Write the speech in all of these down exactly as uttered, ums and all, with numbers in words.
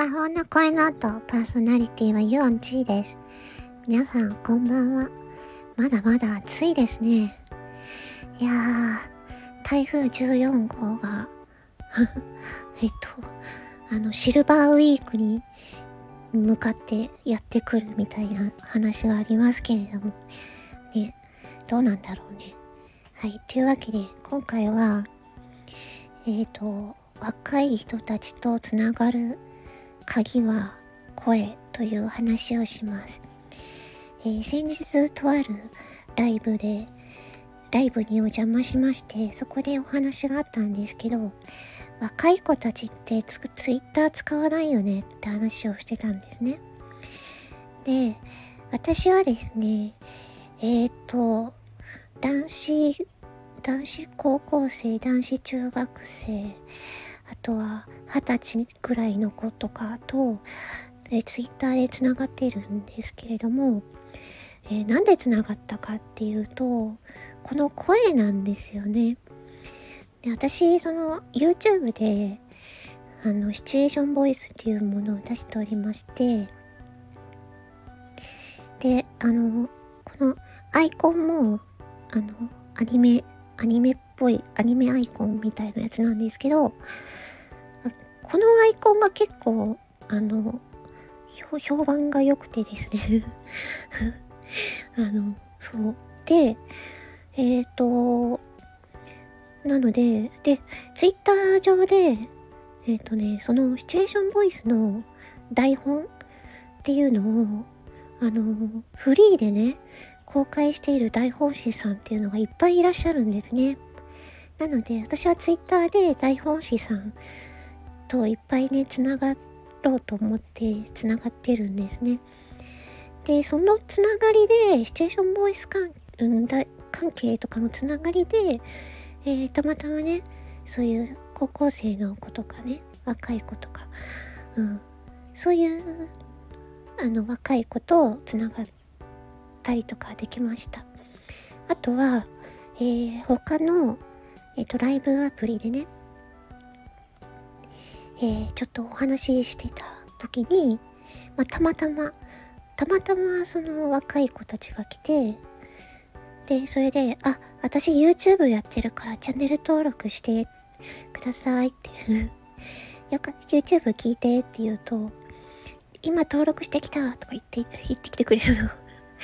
魔法の声の音パーソナリティはユオンチーです。皆さんこんばんは。まだまだ暑いですね。いやー、台風じゅうよんごうがえっとあのシルバーウィークに向かってやってくるみたいな話がありますけれどもね、どうなんだろうね。はい、というわけで今回はえっと若い人たちとつながる鍵は声という話をします。えー、先日とあるライブでライブにお邪魔しまして、そこでお話があったんですけど、若い子たちってツツイッター使わないよねって話をしてたんですね。で、私はですね、えっと男子男子高校生、男子中学生、あとは二十歳くらいの子とかとえツイッターでつながっているんですけれども、えー、なんでつながったかっていうと、この声なんですよね。で、私その YouTube であのシチュエーションボイスっていうものを出しておりまして、であのこのアイコンもあのアニメアニメっぽいアニメアイコンみたいなやつなんですけど、このアイコンが結構あの評判が良くてですねあのそうでえっ、ー、となのででツイッター上でえっ、ー、とねそのシチュエーションボイスの台本っていうのをあのフリーでね公開している台本師さんっていうのがいっぱいいらっしゃるんですね。なので私はツイッターで台本師さんといっぱいねつながろうと思ってつながってるんですね。でそのつながりでシチュエーションボイス関,、うん、だ関係とかのつながりで、えー、たまたまねそういう高校生の子とかね若い子とか、うん、そういうあの若い子とつながったりとかできました。あとは、えー、他の、えーと、ライブアプリでね、えー、ちょっとお話ししてた時に、まあ、たまたまたまたまその若い子たちが来て、でそれであ私 YouTube やってるからチャンネル登録してくださいってよか YouTube 聞いてって言うと、今登録してきたとか言って言ってきてくれるの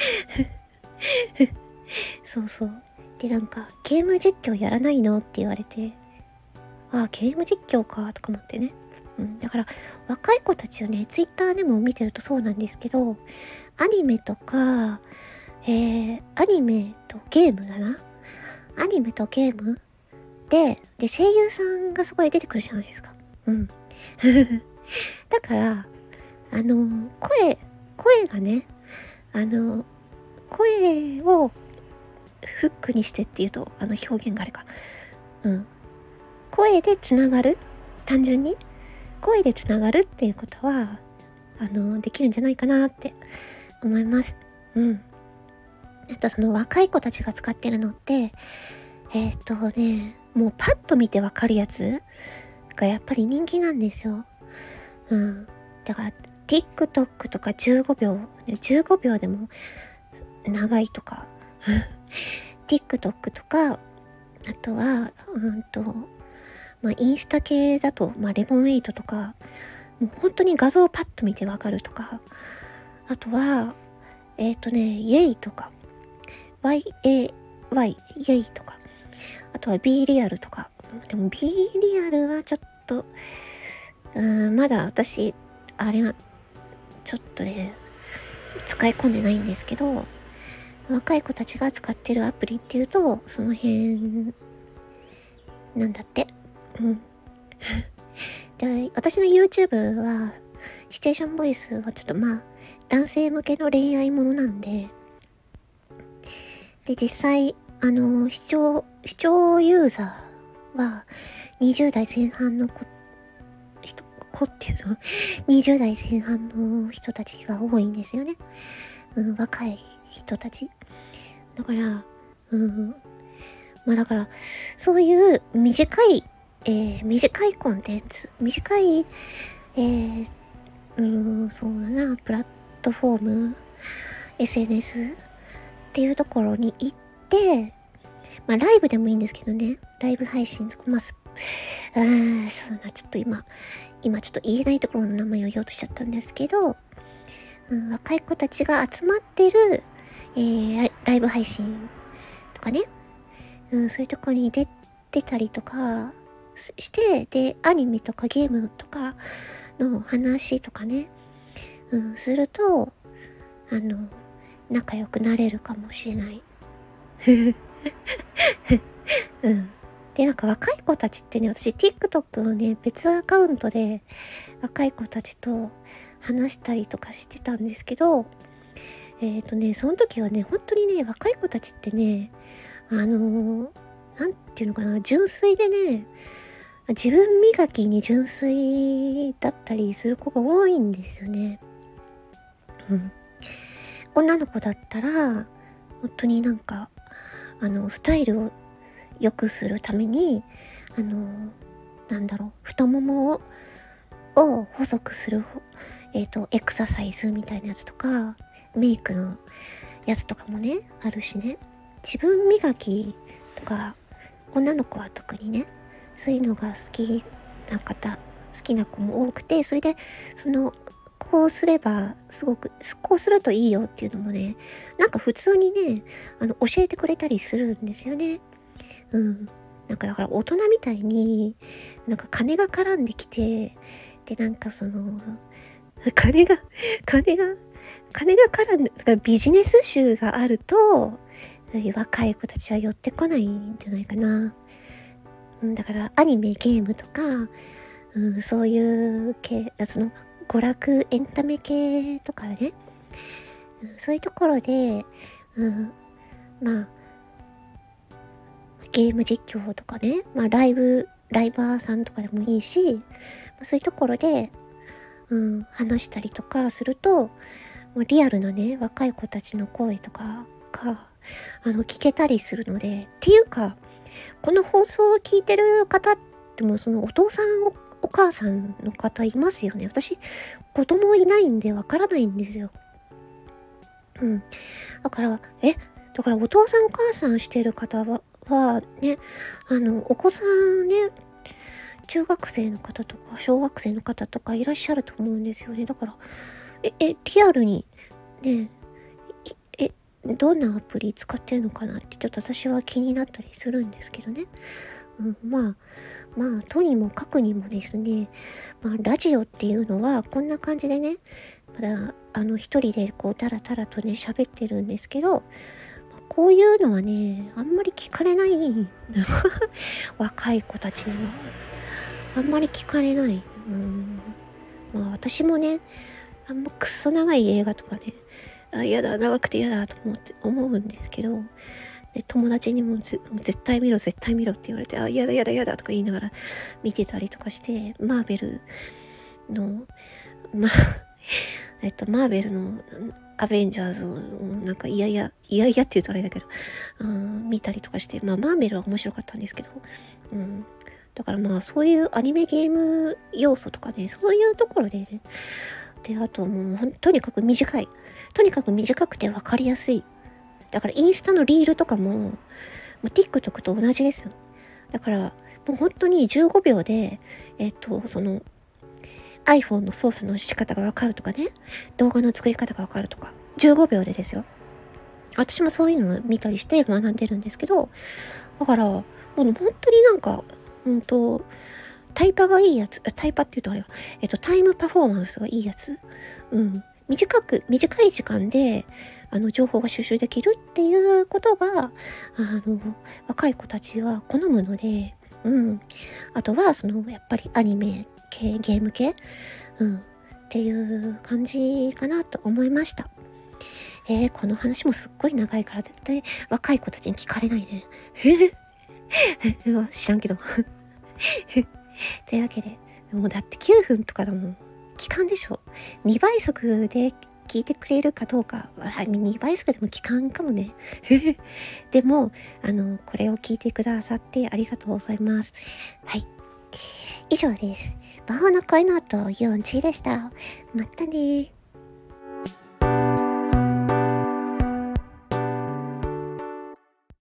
そうそうで、なんかゲーム実況やらないのって言われて、あゲーム実況かとか思ってね、うん、だから若い子たちをねツイッターでも見てるとそうなんですけど、アニメとかえー、アニメとゲームだなアニメとゲームでで声優さんがそこで出てくるじゃないですか。うんだからあの声声がねあの声をフックにしてっていうとあの表現があれか、うん声でつながる、単純に声でつながるっていうことはあのできるんじゃないかなって思います。うんあとその若い子たちが使ってるのってえっとねもうパッと見てわかるやつがやっぱり人気なんですよ。うんだから TikTok とかじゅうごびょうじゅうごびょうでも長いとかTikTok とか、あとはうんとまあインスタ系だとまあレモンエイトとか、もう本当に画像をパッと見てわかるとか、あとはえっとねイエイとか ワイエーワイ イエイとか、あとは B リアルとか。でも B リアルはちょっとうーんまだ私あれはちょっとね使い込んでないんですけど、若い子たちが使ってるアプリっていうとその辺なんだって。うんで私の YouTube はシチュエーションボイスはちょっとまあ男性向けの恋愛ものなんで、で実際あの視聴視聴ユーザーはにじゅうだいぜん半の子人子っていうのにじゅうだいぜん半の人たちが多いんですよね。うん、若い人たちだから、うん、まあだからそういう短い、えー、短いコンテンツ、短い、えー、 うーん、そうだな、プラットフォーム、エスエヌエス っていうところに行って、まあライブでもいいんですけどね、ライブ配信とか、まあ、うーん、そうだな、ちょっと今、今ちょっと言えないところの名前を言おうとしちゃったんですけど、うん、若い子たちが集まってる、えー、ライライブ配信とかね、うん、そういうところに出てたりとかして、で、アニメとかゲームとかの話とかね、うん、すると、あの、仲良くなれるかもしれない。うん。で、なんか若い子たちってね、私 TikTok のね、別アカウントで若い子たちと話したりとかしてたんですけど、えっとね、その時はね、本当にね、若い子たちってね、あのー、なんていうのかな、純粋でね、自分磨きに純粋だったりする子が多いんですよね。うん。女の子だったら、本当になんか、あの、スタイルを良くするために、あの、なんだろう、太ももをを細くする、えっと、エクササイズみたいなやつとか、メイクのやつとかもね、あるしね。自分磨きとか、女の子は特にね、そういうのが好きな方、好きな子も多くて、それで、その、こうすれば、すごく、こうするといいよっていうのもね、なんか普通にね、あの、教えてくれたりするんですよね。うん。なんかだから大人みたいに、なんか金が絡んできて、で、なんかその、金が、金が、金が絡んで、だからビジネス集があると、若い子たちは寄ってこないんじゃないかな。うん、だからアニメ、ゲームとか、うん、そういう系、その娯楽、エンタメ系とかね、うん、そういうところで、うん、まあ、ゲーム実況とかね、まあライブ、ライバーさんとかでもいいし、そういうところで、うん、話したりとかすると、リアルなね、若い子たちの声とかが、あの、聞けたりするので、っていうか、この放送を聞いてる方っても、そのお父さんお、お母さんの方いますよね。私、子供いないんでわからないんですよ。うん。だから、え、だからお父さんお母さんしてる方は、はね、あの、お子さんね、中学生の方とか、小学生の方とかいらっしゃると思うんですよね。だから、え、え、リアルに、ね、え、どんなアプリ使ってるのかなってちょっと私は気になったりするんですけどね。うん、まあ、まあ、とにもかくにもですね、まあ、ラジオっていうのはこんな感じでね、まだ、あの、一人でこう、タラタラとね、喋ってるんですけど、こういうのはね、あんまり聞かれない。若い子たちには。あんまり聞かれない。うん、まあ、私もね、あんまくっそ長い映画とかね、あ、嫌だ、長くて嫌だと思って、思うんですけど、で友達にも絶対見ろ、絶対見ろって言われて、あ、嫌だ、嫌だ、嫌だとか言いながら見てたりとかして、マーベルの、まあ、えっと、マーベルのアベンジャーズをなんか嫌々、嫌々って言うとあれだけど、うん、見たりとかして、まあ、マーベルは面白かったんですけど、うん。だからまあ、そういうアニメゲーム要素とかね、そういうところでね、で、あともう、とにかく短い。とにかく短くて分かりやすい。だからインスタのリールとかも、もう TikTok と同じですよ。だから、もう本当にじゅうごびょうで、えっと、その、iPhone の操作の仕方がわかるとかね、動画の作り方がわかるとか、じゅうごびょうでですよ。私もそういうのを見たりして学んでるんですけど、だから、もう本当になんか、うんと、タイパがいいやつ、タイパって言うとあれが、えっと、タイムパフォーマンスがいいやつ。うん。短く、短い時間で、あの、情報が収集できるっていうことが、あの、若い子たちは好むので、うん。あとは、その、やっぱりアニメ系、ゲーム系、うん。っていう感じかなと思いました。えー、この話もすっごい長いから絶対若い子たちに聞かれないね。うわ、知らんけど。というわけで、もうだってきゅうふんとかだもん。聞かんでしょ。にばい速で聞いてくれるかどうか。にばい速でも聞かんかもね。でも、あの、これを聞いてくださってありがとうございます。はい。以上です。 魔法の恋の後、ユンチーでした。またね